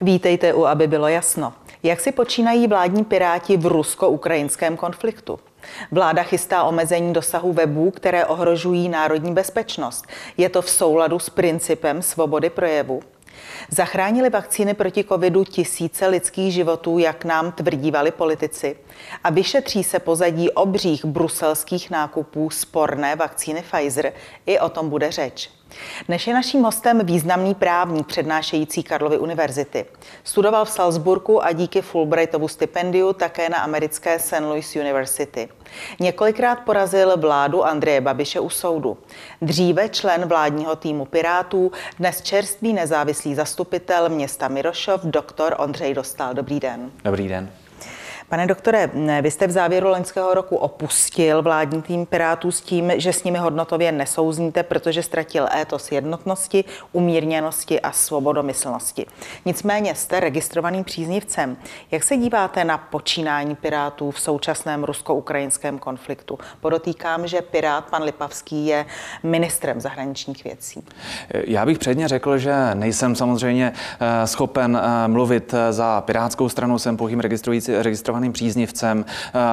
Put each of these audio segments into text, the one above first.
Vítejte u Aby bylo jasno. Jak si počínají vládní piráti v rusko-ukrajinském konfliktu? Vláda chystá omezení dosahu webů, které ohrožují národní bezpečnost. Je to v souladu s principem svobody projevu? Zachránili vakcíny proti covidu tisíce lidských životů, jak nám tvrdívali politici? A vyšetří se pozadí obřích bruselských nákupů sporné vakcíny Pfizer? I o tom bude řeč. Dnes je naším hostem významný právník přednášející Karlovy univerzity. Studoval v Salzburgu a díky Fulbrightovu stipendiu také na americké St. Louis University. Několikrát porazil vládu Andreje Babiše u soudu. Dříve člen vládního týmu Pirátů, dnes čerstvý nezávislý zastupitel města Mirošov, doktor Ondřej Dostál. Dobrý den. Dobrý den. Pane doktore, vy jste v závěru loňského roku opustil vládní tým Pirátů s tím, že s nimi hodnotově nesouzníte, protože ztratil étos jednotnosti, umírněnosti a svobodomyslnosti. Nicméně jste registrovaným příznivcem. Jak se díváte na počínání Pirátů v současném rusko-ukrajinském konfliktu? Podotýkám, že Pirát pan Lipavský je ministrem zahraničních věcí. Já bych předně řekl, že nejsem samozřejmě schopen mluvit za Pirátskou stranu, jsem pouhým registrovaným příznivcem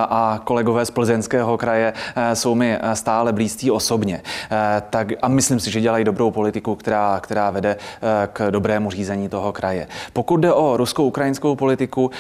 a kolegové z Plzeňského kraje jsou mi stále blízcí osobně. A myslím si, že dělají dobrou politiku, která vede k dobrému řízení toho kraje. Pokud jde o rusko-ukrajinskou politiku,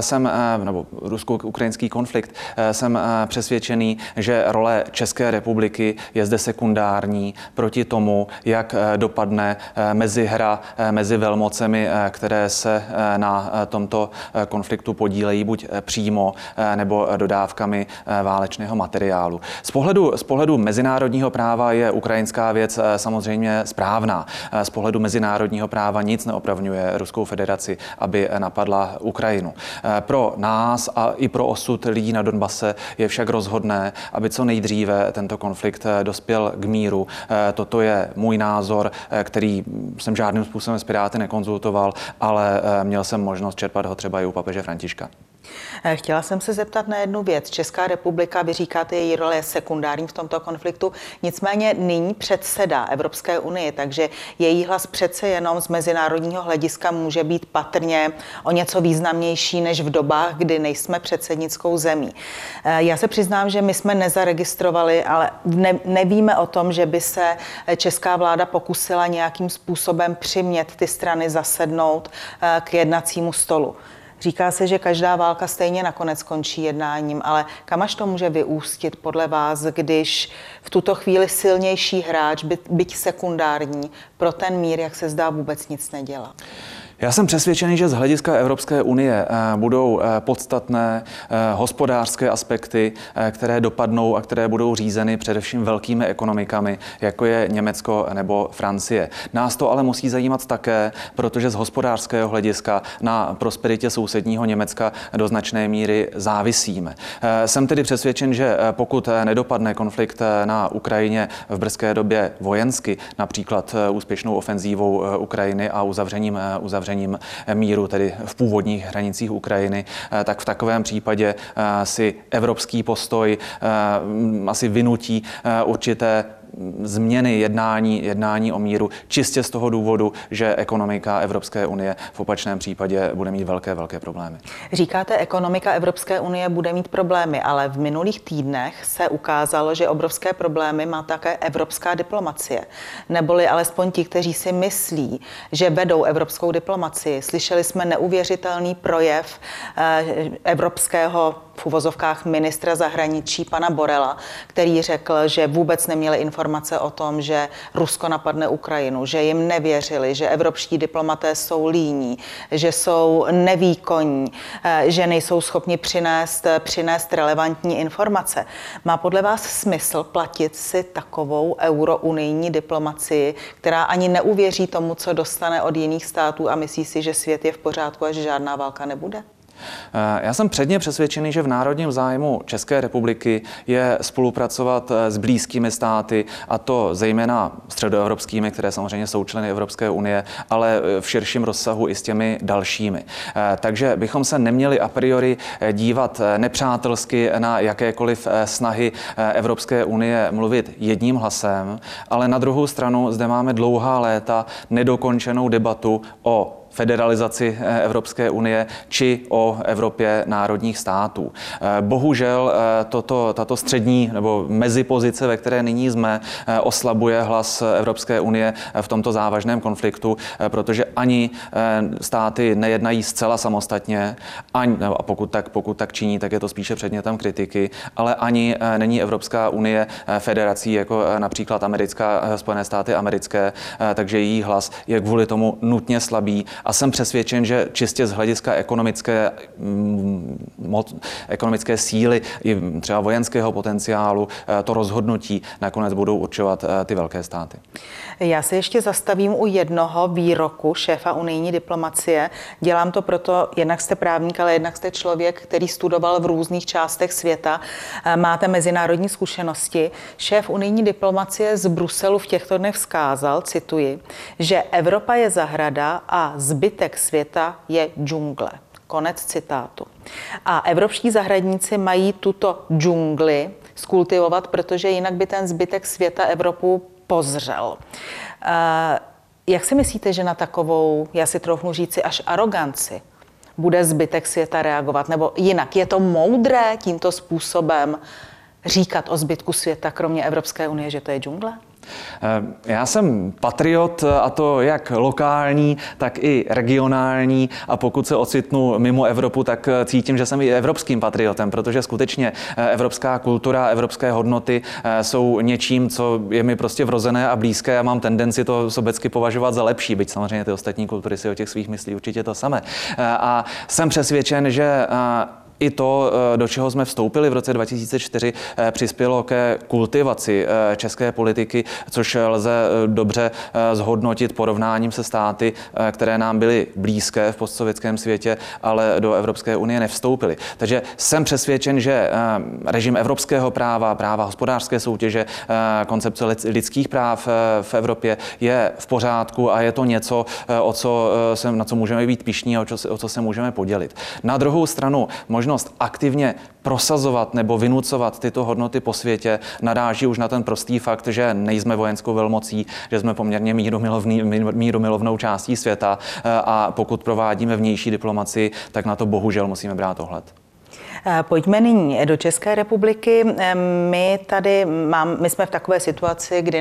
nebo rusko-ukrajinský konflikt, jsem přesvědčený, že role České republiky je zde sekundární proti tomu, jak dopadne mezihra mezi velmocemi, které se na tomto konfliktu podílejí buď přímo nebo dodávkami válečného materiálu. Z pohledu mezinárodního práva je ukrajinská věc samozřejmě správná. Z pohledu mezinárodního práva nic neopravňuje Ruskou federaci, aby napadla Ukrajinu. Pro nás a i pro osud lidí na Donbase je však rozhodné, aby co nejdříve tento konflikt dospěl k míru. Toto je můj názor, který jsem žádným způsobem s Piráty nekonzultoval, ale měl jsem možnost čerpat ho třeba i u papeže Františka. Chtěla jsem se zeptat na jednu věc. Česká republika, vy říkáte, její role je sekundární v tomto konfliktu, nicméně nyní předsedá Evropské unii, takže její hlas přece jenom z mezinárodního hlediska může být patrně o něco významnější než v dobách, kdy nejsme předsednickou zemí. Já se přiznám, že my jsme nezaregistrovali, ale nevíme o tom, že by se česká vláda pokusila nějakým způsobem přimět ty strany zasednout k jednacímu stolu. Říká se, že každá válka stejně nakonec končí jednáním, ale kam až to může vyústit podle vás, když v tuto chvíli silnější hráč, byť sekundární, pro ten mír, jak se zdá, vůbec nic nedělá? Já jsem přesvědčený, že z hlediska Evropské unie budou podstatné hospodářské aspekty, které dopadnou a které budou řízeny především velkými ekonomikami, jako je Německo nebo Francie. Nás to ale musí zajímat také, protože z hospodářského hlediska na prosperitě sousedního Německa do značné míry závisíme. Jsem tedy přesvědčen, že pokud nedopadne konflikt na Ukrajině v brzké době vojensky, například úspěšnou ofenzívou Ukrajiny a uzavřením míru, tedy v původních hranicích Ukrajiny, tak v takovém případě si evropský postoj asi vynutí určité změny jednání o míru čistě z toho důvodu, že ekonomika Evropské unie v opačném případě bude mít velké problémy. Říkáte, ekonomika Evropské unie bude mít problémy, ale v minulých týdnech se ukázalo, že obrovské problémy má také evropská diplomacie. Neboli alespoň ti, kteří si myslí, že vedou evropskou diplomacii. Slyšeli jsme neuvěřitelný projev evropského v uvozovkách ministra zahraničí pana Borrella, který řekl, že vůbec neměli informace o tom, že Rusko napadne Ukrajinu, že jim nevěřili, že evropští diplomaté jsou líní, že jsou nevýkonní, že nejsou schopni přinést relevantní informace. Má podle vás smysl platit si takovou eurounijní diplomacii, která ani neuvěří tomu, co dostane od jiných států a myslí si, že svět je v pořádku a že žádná válka nebude? Já jsem předně přesvědčený, že v národním zájmu České republiky je spolupracovat s blízkými státy, a to zejména středoevropskými, které samozřejmě jsou členy Evropské unie, ale v širším rozsahu i s těmi dalšími. Takže bychom se neměli a priori dívat nepřátelsky na jakékoliv snahy Evropské unie mluvit jedním hlasem, ale na druhou stranu zde máme dlouhá léta nedokončenou debatu o federalizaci Evropské unie či o Evropě národních států. Bohužel tato střední nebo mezipozice, ve které nyní jsme, oslabuje hlas Evropské unie v tomto závažném konfliktu, protože ani státy nejednají zcela samostatně, a pokud tak činí, tak je to spíše předmětem kritiky, ale ani není Evropská unie federací jako například Spojené státy americké, takže její hlas je kvůli tomu nutně slabý a jsem přesvědčen, že čistě z hlediska ekonomické síly i třeba vojenského potenciálu to rozhodnutí nakonec budou určovat ty velké státy. Já se ještě zastavím u jednoho výroku šéfa unijní diplomacie. Dělám to proto, jednak jste právník, ale jednak jste člověk, který studoval v různých částech světa. Máte mezinárodní zkušenosti. Šéf unijní diplomacie z Bruselu v těchto dnech vzkázal, cituji, že Evropa je zahrada a zbytek světa je džungle. Konec citátu. A evropští zahradníci mají tuto džungli skultivovat, protože jinak by ten zbytek světa Evropu pozřel. Jak si myslíte, že na takovou, já si troufnu říci, až aroganci bude zbytek světa reagovat? Nebo jinak, je to moudré tímto způsobem říkat o zbytku světa, kromě Evropské unie, že to je džungle? Já jsem patriot, a to jak lokální, tak i regionální, a pokud se ocitnu mimo Evropu, tak cítím, že jsem i evropským patriotem, protože skutečně evropská kultura, evropské hodnoty jsou něčím, co je mi prostě vrozené a blízké a mám tendenci to sobecky považovat za lepší, byť samozřejmě ty ostatní kultury si o těch svých myslí určitě to samé. A jsem přesvědčen, že i to, do čeho jsme vstoupili v roce 2004, přispělo ke kultivaci české politiky, což lze dobře zhodnotit porovnáním se státy, které nám byly blízké v postsovětském světě, ale do Evropské unie nevstoupily. Takže jsem přesvědčen, že režim evropského práva, práva hospodářské soutěže, koncepce lidských práv v Evropě je v pořádku a je to něco, na co můžeme být pyšní a o co se můžeme podělit. Na druhou stranu možnost aktivně prosazovat nebo vynucovat tyto hodnoty po světě naráží už na ten prostý fakt, že nejsme vojenskou velmocí, že jsme poměrně mírumilovnou částí světa a pokud provádíme vnější diplomacii, tak na to bohužel musíme brát ohled. Pojďme nyní do České republiky. My jsme v takové situaci, kdy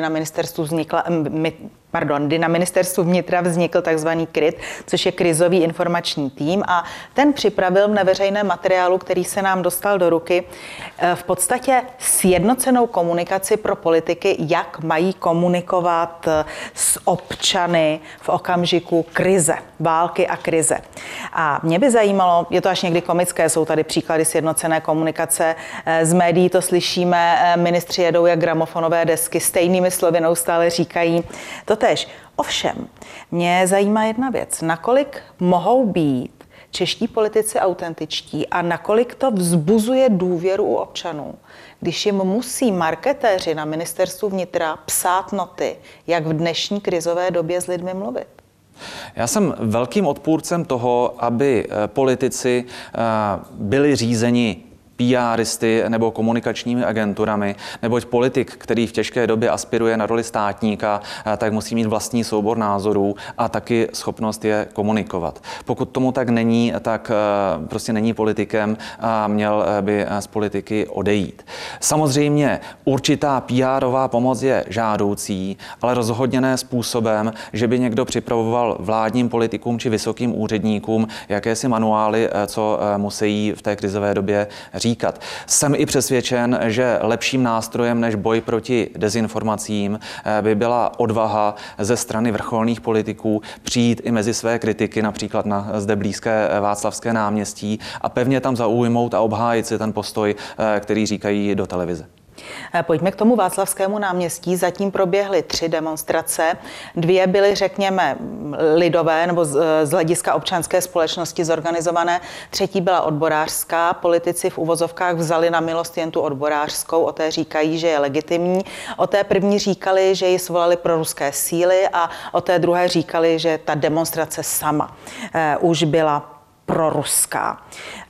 na ministerstvu vnitra vznikl takzvaný KRIT, což je krizový informační tým, a ten připravil v neveřejném materiálu, který se nám dostal do ruky, v podstatě sjednocenou komunikaci pro politiky, jak mají komunikovat s občany v okamžiku krize, války a krize. A mě by zajímalo, je to až někdy komické, jsou tady příklady sjednocené komunikace, z médií to slyšíme, ministři jedou jak gramofonové desky, stejnými slovy neustále říkají totéž. Ovšem, mě zajímá jedna věc, nakolik mohou být čeští politici autentičtí a nakolik to vzbuzuje důvěru u občanů, když jim musí marketéři na ministerstvu vnitra psát noty, jak v dnešní krizové době s lidmi mluvit. Já jsem velkým odpůrcem toho, aby politici byli řízeni PRisty nebo komunikačními agenturami, neboť politik, který v těžké době aspiruje na roli státníka, tak musí mít vlastní soubor názorů a taky schopnost je komunikovat. Pokud tomu tak není, tak prostě není politikem a měl by z politiky odejít. Samozřejmě určitá PRová pomoc je žádoucí, ale rozhodně ne způsobem, že by někdo připravoval vládním politikům či vysokým úředníkům jakési manuály, co musí v té krizové době říkat. Jsem i přesvědčen, že lepším nástrojem než boj proti dezinformacím by byla odvaha ze strany vrcholných politiků přijít i mezi své kritiky, například na zde blízké Václavské náměstí, a pevně tam zaujmout a obhájit si ten postoj, který říkají do televize. Pojďme k tomu Václavskému náměstí. Zatím proběhly 3 demonstrace. 2 byly, řekněme, lidové nebo z hlediska občanské společnosti zorganizované. 3. byla odborářská. Politici v uvozovkách vzali na milost jen tu odborářskou. O té říkají, že je legitimní. O té první říkali, že ji svolali proruské síly, a o té druhé říkali, že ta demonstrace sama už byla proruská.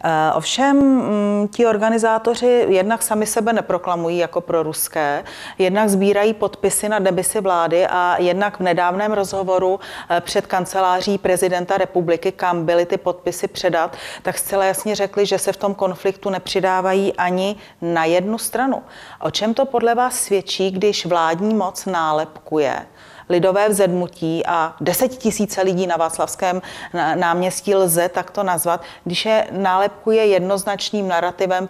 Ovšem ti organizátoři jednak sami sebe neproklamují jako proruské, jednak sbírají podpisy na demisi vlády a jednak v nedávném rozhovoru před kanceláří prezidenta republiky, kam byly ty podpisy předat, tak zcela jasně řekli, že se v tom konfliktu nepřidávají ani na jednu stranu. O čem to podle vás svědčí, když vládní moc nálepkuje lidové vzedmutí a 10 000 lidí na Václavském náměstí lze takto nazvat, když je nálepkuje jednoznačným narrativem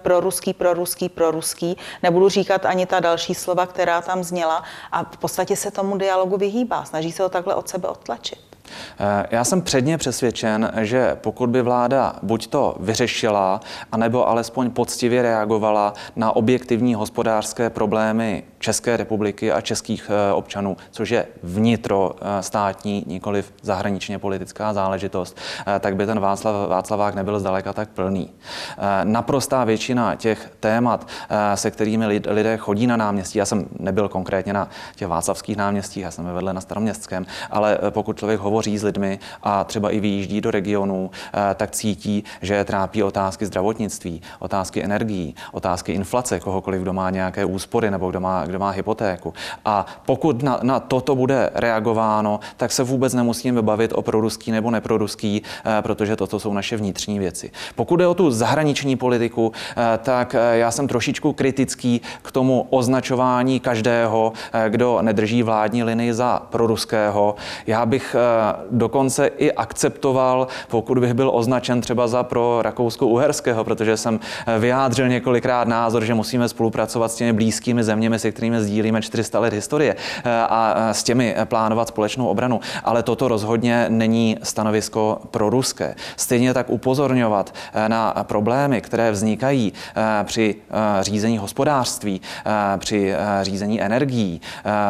proruský, nebudu říkat ani ta další slova, která tam zněla, a v podstatě se tomu dialogu vyhýbá, snaží se ho takhle od sebe odtlačit. Já jsem předně přesvědčen, že pokud by vláda buď to vyřešila, anebo alespoň poctivě reagovala na objektivní hospodářské problémy České republiky a českých občanů, což je vnitrostátní, nikoliv zahraničně politická záležitost, tak by ten Václavák nebyl zdaleka tak plný. Naprostá většina těch témat, se kterými lidé chodí na náměstí, já jsem nebyl konkrétně na těch václavských náměstích, já jsem vedle na Staroměstském, ale pokud člověk hovoří s lidmi a třeba i vyjíždí do regionů, tak cítí, že trápí otázky zdravotnictví, otázky energií, otázky inflace, kohokoliv, kdo má nějaké úspory nebo kdo má hypotéku. A pokud na toto bude reagováno, tak se vůbec nemusíme bavit o proruský nebo neproruský, protože toto jsou naše vnitřní věci. Pokud jde o tu zahraniční politiku, tak já jsem trošičku kritický k tomu označování každého, kdo nedrží vládní linii, za proruského. Já bych dokonce i akceptoval, pokud bych byl označen třeba za pro rakousko-uherského, protože jsem vyjádřil několikrát názor, že musíme spolupracovat s těmi blízkými zeměmi, se kterými sdílíme 400 let historie, a s těmi plánovat společnou obranu. Ale toto rozhodně není stanovisko proruské. Stejně tak upozorňovat na problémy, které vznikají při řízení hospodářství, při řízení energií,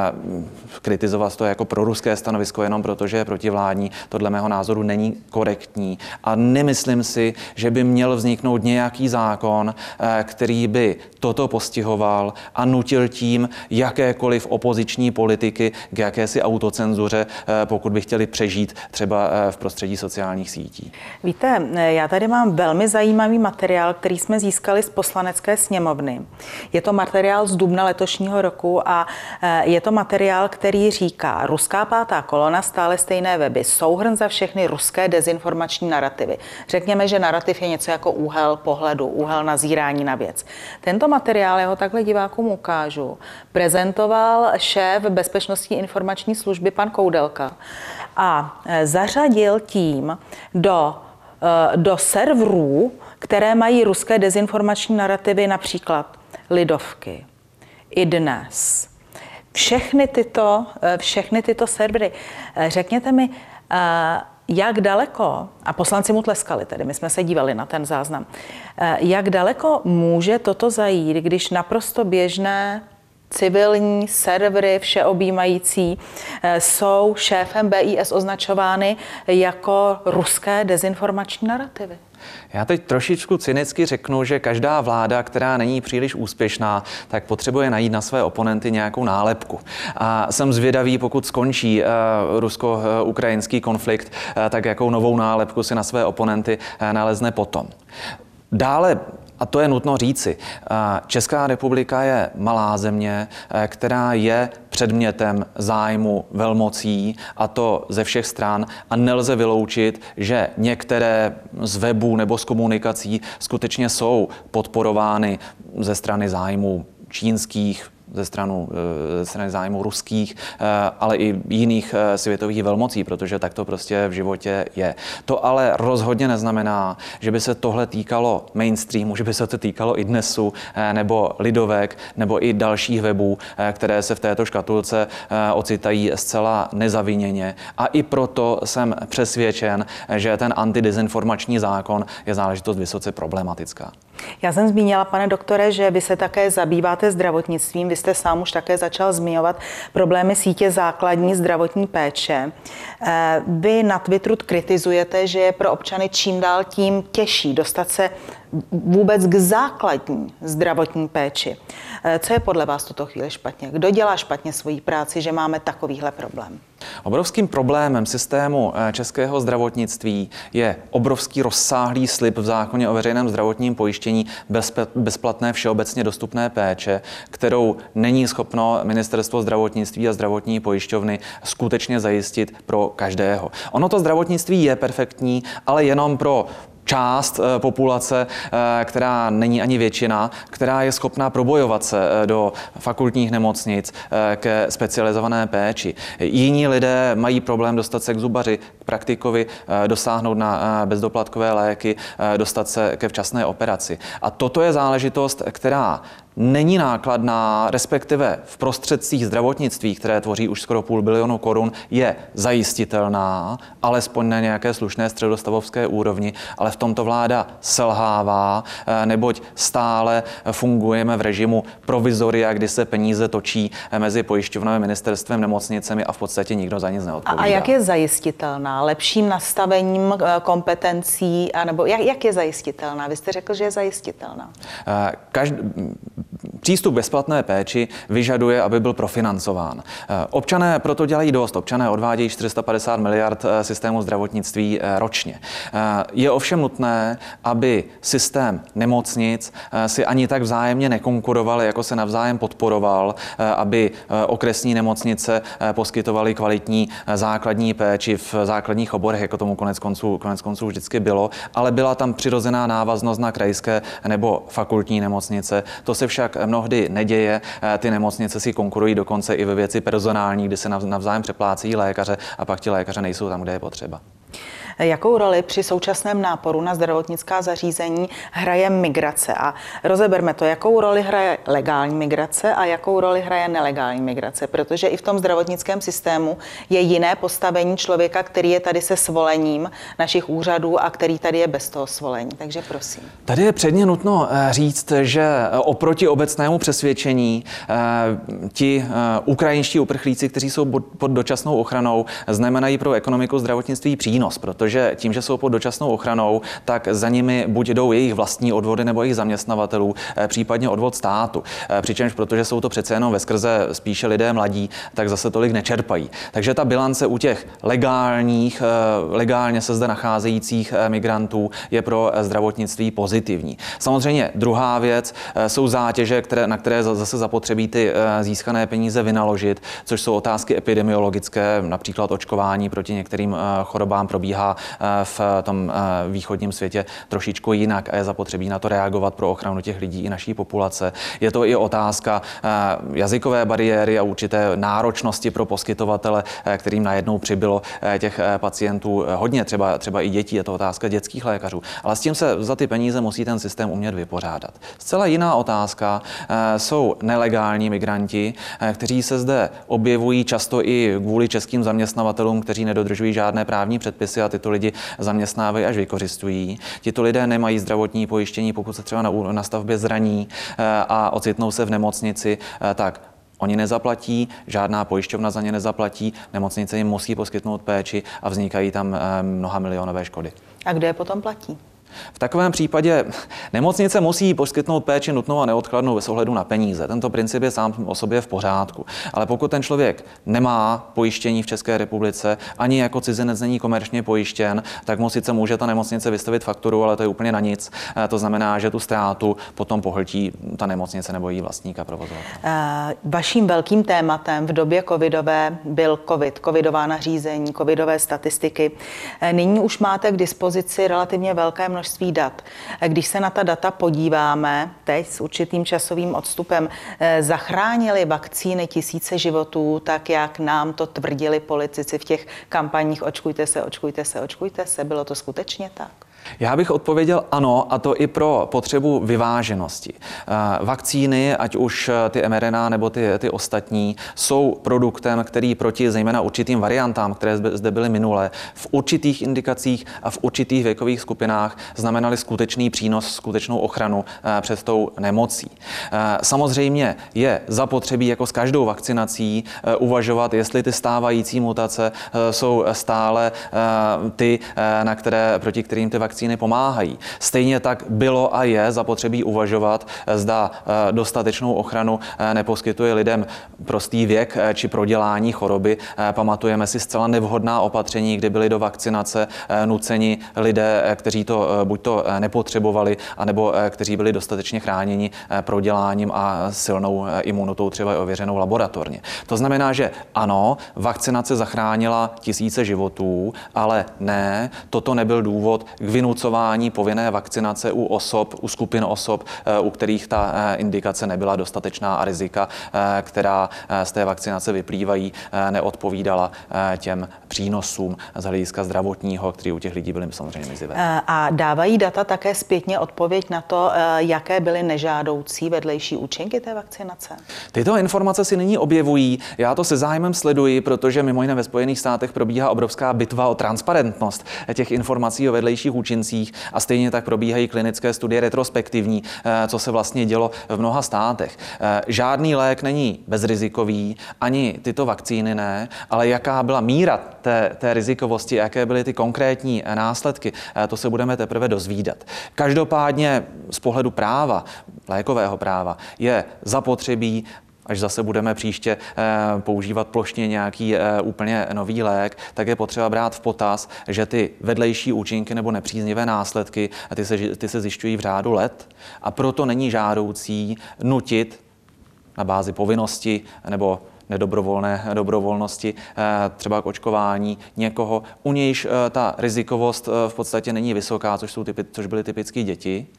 kritizovat to jako proruské stanovisko jenom proto, že je protivládní, to dle mého názoru není korektní. A nemyslím si, že by měl vzniknout nějaký zákon, který by toto postihoval a nutil tím jakékoliv opoziční politiky k jakési autocenzuře, pokud by chtěli přežít třeba v prostředí sociálních sítí. Víte, já tady mám velmi zajímavý materiál, který jsme získali z Poslanecké sněmovny. Je to materiál z dubna letošního roku a je to materiál, který říká: Ruská pátá kolona, stále stejné weby, souhrn za všechny ruské dezinformační narrativy. Řekněme, že narrativ je něco jako úhel pohledu, úhel nazírání na věc. Tento materiál, já ho takhle divákům ukážu, prezentoval šéf Bezpečnostní informační služby pan Koudelka a zařadil tím do serverů, které mají ruské dezinformační narrativy, například Lidovky, iDnes, všechny tyto servery. Řekněte mi, jak daleko, a poslanci mu tleskali tedy, my jsme se dívali na ten záznam, jak daleko může toto zajít, když naprosto běžné civilní servery všeobjímající jsou šéfem BIS označovány jako ruské dezinformační narrativy? Já teď trošičku cynicky řeknu, že každá vláda, která není příliš úspěšná, tak potřebuje najít na své oponenty nějakou nálepku. A jsem zvědavý, pokud skončí rusko-ukrajinský konflikt, tak jakou novou nálepku si na své oponenty nalezne potom. Dále, a to je nutno říci, Česká republika je malá země, která je předmětem zájmu velmocí, a to ze všech stran, a nelze vyloučit, že některé z webů nebo z komunikací skutečně jsou podporovány ze strany zájmu čínských, ze strany zájmu ruských, ale i jiných světových velmocí, protože tak to prostě v životě je. To ale rozhodně neznamená, že by se tohle týkalo mainstreamu, že by se to týkalo iDnesu nebo Lidovek nebo i dalších webů, které se v této škatulce ocitají zcela nezaviněně. A i proto jsem přesvědčen, že ten antidezinformační zákon je záležitost vysoce problematická. Já jsem zmínila, pane doktore, že vy se také zabýváte zdravotnictvím. Vy jste sám už také začal zmiňovat problémy sítě základní zdravotní péče. Vy na Twitteru kritizujete, že je pro občany čím dál tím těžší dostat se vůbec k základní zdravotní péči. Co je podle vás v tuto chvíli špatně? Kdo dělá špatně svoji práci, že máme takovýhle problém? Obrovským problémem systému českého zdravotnictví je obrovský rozsáhlý slib v zákoně o veřejném zdravotním pojištění bezplatné všeobecně dostupné péče, kterou není schopno Ministerstvo zdravotnictví a zdravotní pojišťovny skutečně zajistit pro každého. Ono to zdravotnictví je perfektní, ale jenom pro část populace, která není ani většina, která je schopná probojovat se do fakultních nemocnic ke specializované péči. Jiní lidé mají problém dostat se k zubaři, k praktikovi, dosáhnout na bezdoplatkové léky, dostat se ke včasné operaci. A toto je záležitost, která není nákladná, respektive v prostředcích zdravotnictví, které tvoří už skoro 500 milionu korun, je zajistitelná, alespoň na nějaké slušné středostavovské úrovni, ale v tomto vláda selhává, neboť stále fungujeme v režimu provizoria, kdy se peníze točí mezi pojišťovnami, ministerstvem, nemocnicemi a v podstatě nikdo za nic neodpovídá. A jak je zajistitelná? Lepším nastavením kompetencí, anebo jak je zajistitelná? Vy jste řekl, že je zajistitelná. Přístup k bezplatné péči vyžaduje, aby byl profinancován. Občané proto dělají dost. Občané odvádějí 450 miliard systému zdravotnictví ročně. Je ovšem nutné, aby systém nemocnic si ani tak vzájemně nekonkuroval, jako se navzájem podporoval, aby okresní nemocnice poskytovaly kvalitní základní péči v základních oborech, jako tomu konec konců vždycky bylo, ale byla tam přirozená návaznost na krajské nebo fakultní nemocnice. To se však mnohdy neděje. Ty nemocnice si konkurují dokonce i ve věci personální, kdy se navzájem přeplácejí lékaře a pak ti lékaře nejsou tam, kde je potřeba. Jakou roli při současném náporu na zdravotnická zařízení hraje migrace? A rozeberme to, jakou roli hraje legální migrace a jakou roli hraje nelegální migrace, protože i v tom zdravotnickém systému je jiné postavení člověka, který je tady se svolením našich úřadů a který tady je bez toho svolení. Takže prosím. Tady je předně nutno říct, že oproti obecnému přesvědčení ti ukrajinští uprchlíci, kteří jsou pod dočasnou ochranou, znamenají pro ekonomiku zdravotnictví přínos, protože tím, že jsou pod dočasnou ochranou, tak za nimi buď jdou jejich vlastní odvody nebo jejich zaměstnavatelů, případně odvod státu. Přičemž, protože jsou to přece jenom veskrze spíše lidé mladí, tak zase tolik nečerpají. Takže ta bilance u těch legálně se zde nacházejících migrantů je pro zdravotnictví pozitivní. Samozřejmě druhá věc jsou zátěže, na které zase zapotřebí ty získané peníze vynaložit, což jsou otázky epidemiologické, například očkování proti některým chorobám probíhá v tom východním světě trošičku jinak a je zapotřebí na to reagovat pro ochranu těch lidí i naší populace. Je to i otázka jazykové bariéry a určité náročnosti pro poskytovatele, kterým najednou přibylo těch pacientů hodně, třeba i dětí, je to otázka dětských lékařů. Ale s tím se za ty peníze musí ten systém umět vypořádat. Zcela jiná otázka jsou nelegální migranti, kteří se zde objevují často i kvůli českým zaměstnavatelům, kteří nedodržují žádné právní předpisy a tyto lidi zaměstnávají až vykořistují. Tito lidé nemají zdravotní pojištění, pokud se třeba na stavbě zraní a ocitnou se v nemocnici, tak oni nezaplatí, žádná pojišťovna za ně nezaplatí, nemocnice jim musí poskytnout péči a vznikají tam mnohamilionové škody. A kdo je potom platí? V takovém případě nemocnice musí poskytnout péči nutnou a neodkladnou bez ohledu na peníze. Tento princip je sám o sobě v pořádku. Ale pokud ten člověk nemá pojištění v České republice, ani jako cizinec není komerčně pojištěn, tak mu sice může ta nemocnice vystavit fakturu, ale to je úplně na nic. To znamená, že tu ztrátu potom pohltí ta nemocnice nebo její vlastník a provozovatel. Vaším velkým tématem v době covidové byl covidová nařízení, covidové statistiky. Nyní už máte k dispozici relativně velké množství dat. Když se na ta data podíváme teď s určitým časovým odstupem, zachránili vakcíny tisíce životů, tak jak nám to tvrdili politici v těch kampaních očkujte se, očkujte se, očkujte se. Bylo to skutečně tak? Já bych odpověděl ano, a to i pro potřebu vyváženosti. Vakcíny, ať už ty mRNA nebo ty ostatní, jsou produktem, který proti zejména určitým variantám, které zde byly minule, v určitých indikacích a v určitých věkových skupinách znamenaly skutečný přínos, skutečnou ochranu před tou nemocí. Samozřejmě je zapotřebí jako s každou vakcinací uvažovat, jestli ty stávající mutace jsou stále ty, proti kterým ty vakcíny pomáhají. Stejně tak bylo a je zapotřebí uvažovat, zda dostatečnou ochranu neposkytuje lidem prostý věk či prodělání choroby. Pamatujeme si zcela nevhodná opatření, kdy byli do vakcinace nuceni lidé, kteří to buď to nepotřebovali, anebo kteří byli dostatečně chráněni proděláním a silnou imunitou, třeba ověřenou laboratorně. To znamená, že ano, vakcinace zachránila tisíce životů, ale ne, toto nebyl důvod k vynucování povinné vakcinace u skupin osob, u kterých ta indikace nebyla dostatečná a rizika, která z té vakcinace vyplývají, neodpovídala těm přínosům z hlediska zdravotního, který u těch lidí byly samozřejmě mizivé. A dávají data také zpětně odpověď na to, jaké byly nežádoucí vedlejší účinky té vakcinace? Tyto informace si nyní objevují. Já to se zájmem sleduji, protože mimo jiné ve Spojených státech probíhá obrovská bitva o transparentnost těch informací o vedlejších účincích a stejně tak probíhají klinické studie retrospektivní, co se vlastně dělo v mnoha státech. Žádný lék není bezrizikový, ani tyto vakcíny ne, ale jaká byla míra té rizikovosti, jaké byly ty konkrétní následky, to se budeme teprve dozvídat. Každopádně z pohledu práva, lékového práva, je zapotřebí, až zase budeme příště používat plošně nějaký úplně nový lék, tak je potřeba brát v potaz, že ty vedlejší účinky nebo nepříznivé následky, ty se zjišťují v řádu let a proto není žádoucí nutit na bázi povinnosti nebo dobrovolnosti třeba k očkování někoho, u nějž ta rizikovost v podstatě není vysoká, což byly typické děti,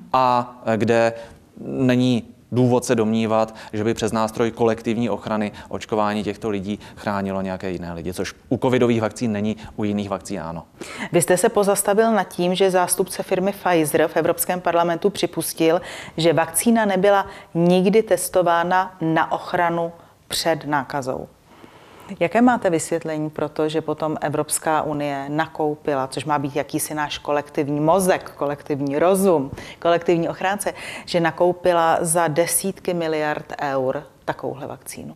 a kde není důvod se domnívat, že by přes nástroj kolektivní ochrany očkování těchto lidí chránilo nějaké jiné lidi, což u covidových vakcín není, u jiných vakcín ano. Vy jste se pozastavil nad tím, že zástupce firmy Pfizer v Evropském parlamentu připustil, že vakcína nebyla nikdy testována na ochranu před nákazou. Jaké máte vysvětlení pro to, že potom Evropská unie nakoupila, což má být jakýsi náš kolektivní mozek, kolektivní rozum, kolektivní ochránce, že nakoupila za desítky miliard eur takovouhle vakcínu?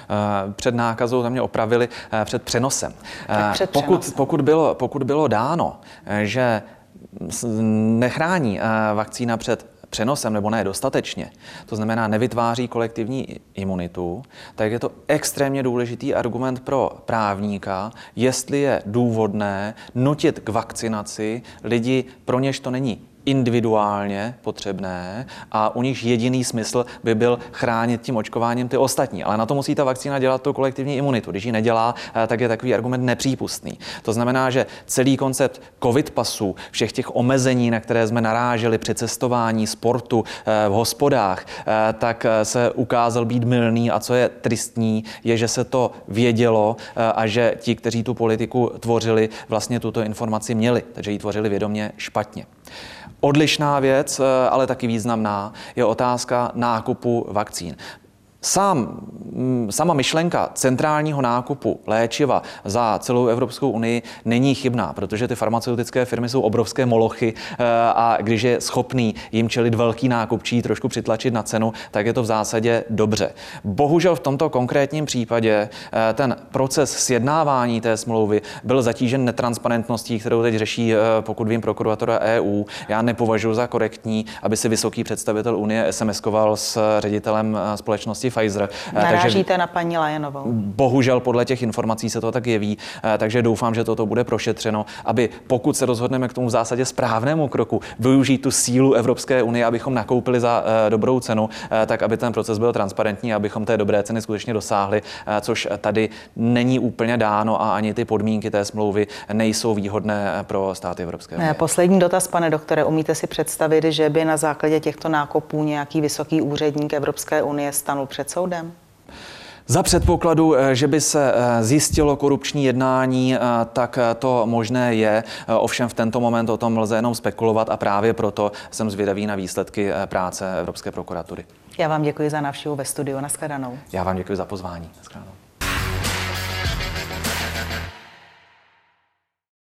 Před nákazou tam mě opravili před přenosem. Pokud bylo dáno, že nechrání vakcína před přenosem nebo ne dostatečně, to znamená nevytváří kolektivní imunitu, tak je to extrémně důležitý argument pro právníka, jestli je důvodné nutit k vakcinaci lidi, pro něž to není individuálně potřebné a u nich jediný smysl by byl chránit tím očkováním ty ostatní. Ale na to musí ta vakcína dělat tu kolektivní imunitu. Když ji nedělá, tak je takový argument nepřípustný. To znamená, že celý koncept covid pasů, všech těch omezení, na které jsme naráželi při cestování, sportu, v hospodách, tak se ukázal být mylný a co je tristní, je, že se to vědělo a že ti, kteří tu politiku tvořili, vlastně tuto informaci měli, takže ji tvořili vědomě špatně. Odlišná věc, ale taky významná, je otázka nákupu vakcín. Sama myšlenka centrálního nákupu léčiva za celou Evropskou unii není chybná, protože ty farmaceutické firmy jsou obrovské molochy a když je schopný jim čelit velký nákupčí, trošku přitlačit na cenu, tak je to v zásadě dobře. Bohužel v tomto konkrétním případě ten proces sjednávání té smlouvy byl zatížen netransparentností, kterou teď řeší, pokud vím, prokuratura EU. Já nepovažuji za korektní, aby si vysoký představitel Unie SMS-koval s ředitelem společnosti Pfizer. Narážíte na paní Lajenovou. Bohužel podle těch informací se to tak jeví, takže doufám, že toto bude prošetřeno, aby pokud se rozhodneme k tomu v zásadě správnému kroku využít tu sílu Evropské unie, abychom nakoupili za dobrou cenu, tak aby ten proces byl transparentní, abychom té dobré ceny skutečně dosáhli, což tady není úplně dáno a ani ty podmínky té smlouvy nejsou výhodné pro státy Evropské unie. Poslední dotaz, pane doktore, umíte si představit, že by na základě těchto nákupů nějaký vysoký úředník Evropské unie stanul před soudem? Za předpokladu, že by se zjistilo korupční jednání, tak to možné je. Ovšem v tento moment o tom lze jenom spekulovat a právě proto jsem zvědavý na výsledky práce Evropské prokuratury. Já vám děkuji za návštěvu ve studiu. Nashledanou. Já vám děkuji za pozvání. Nashledanou.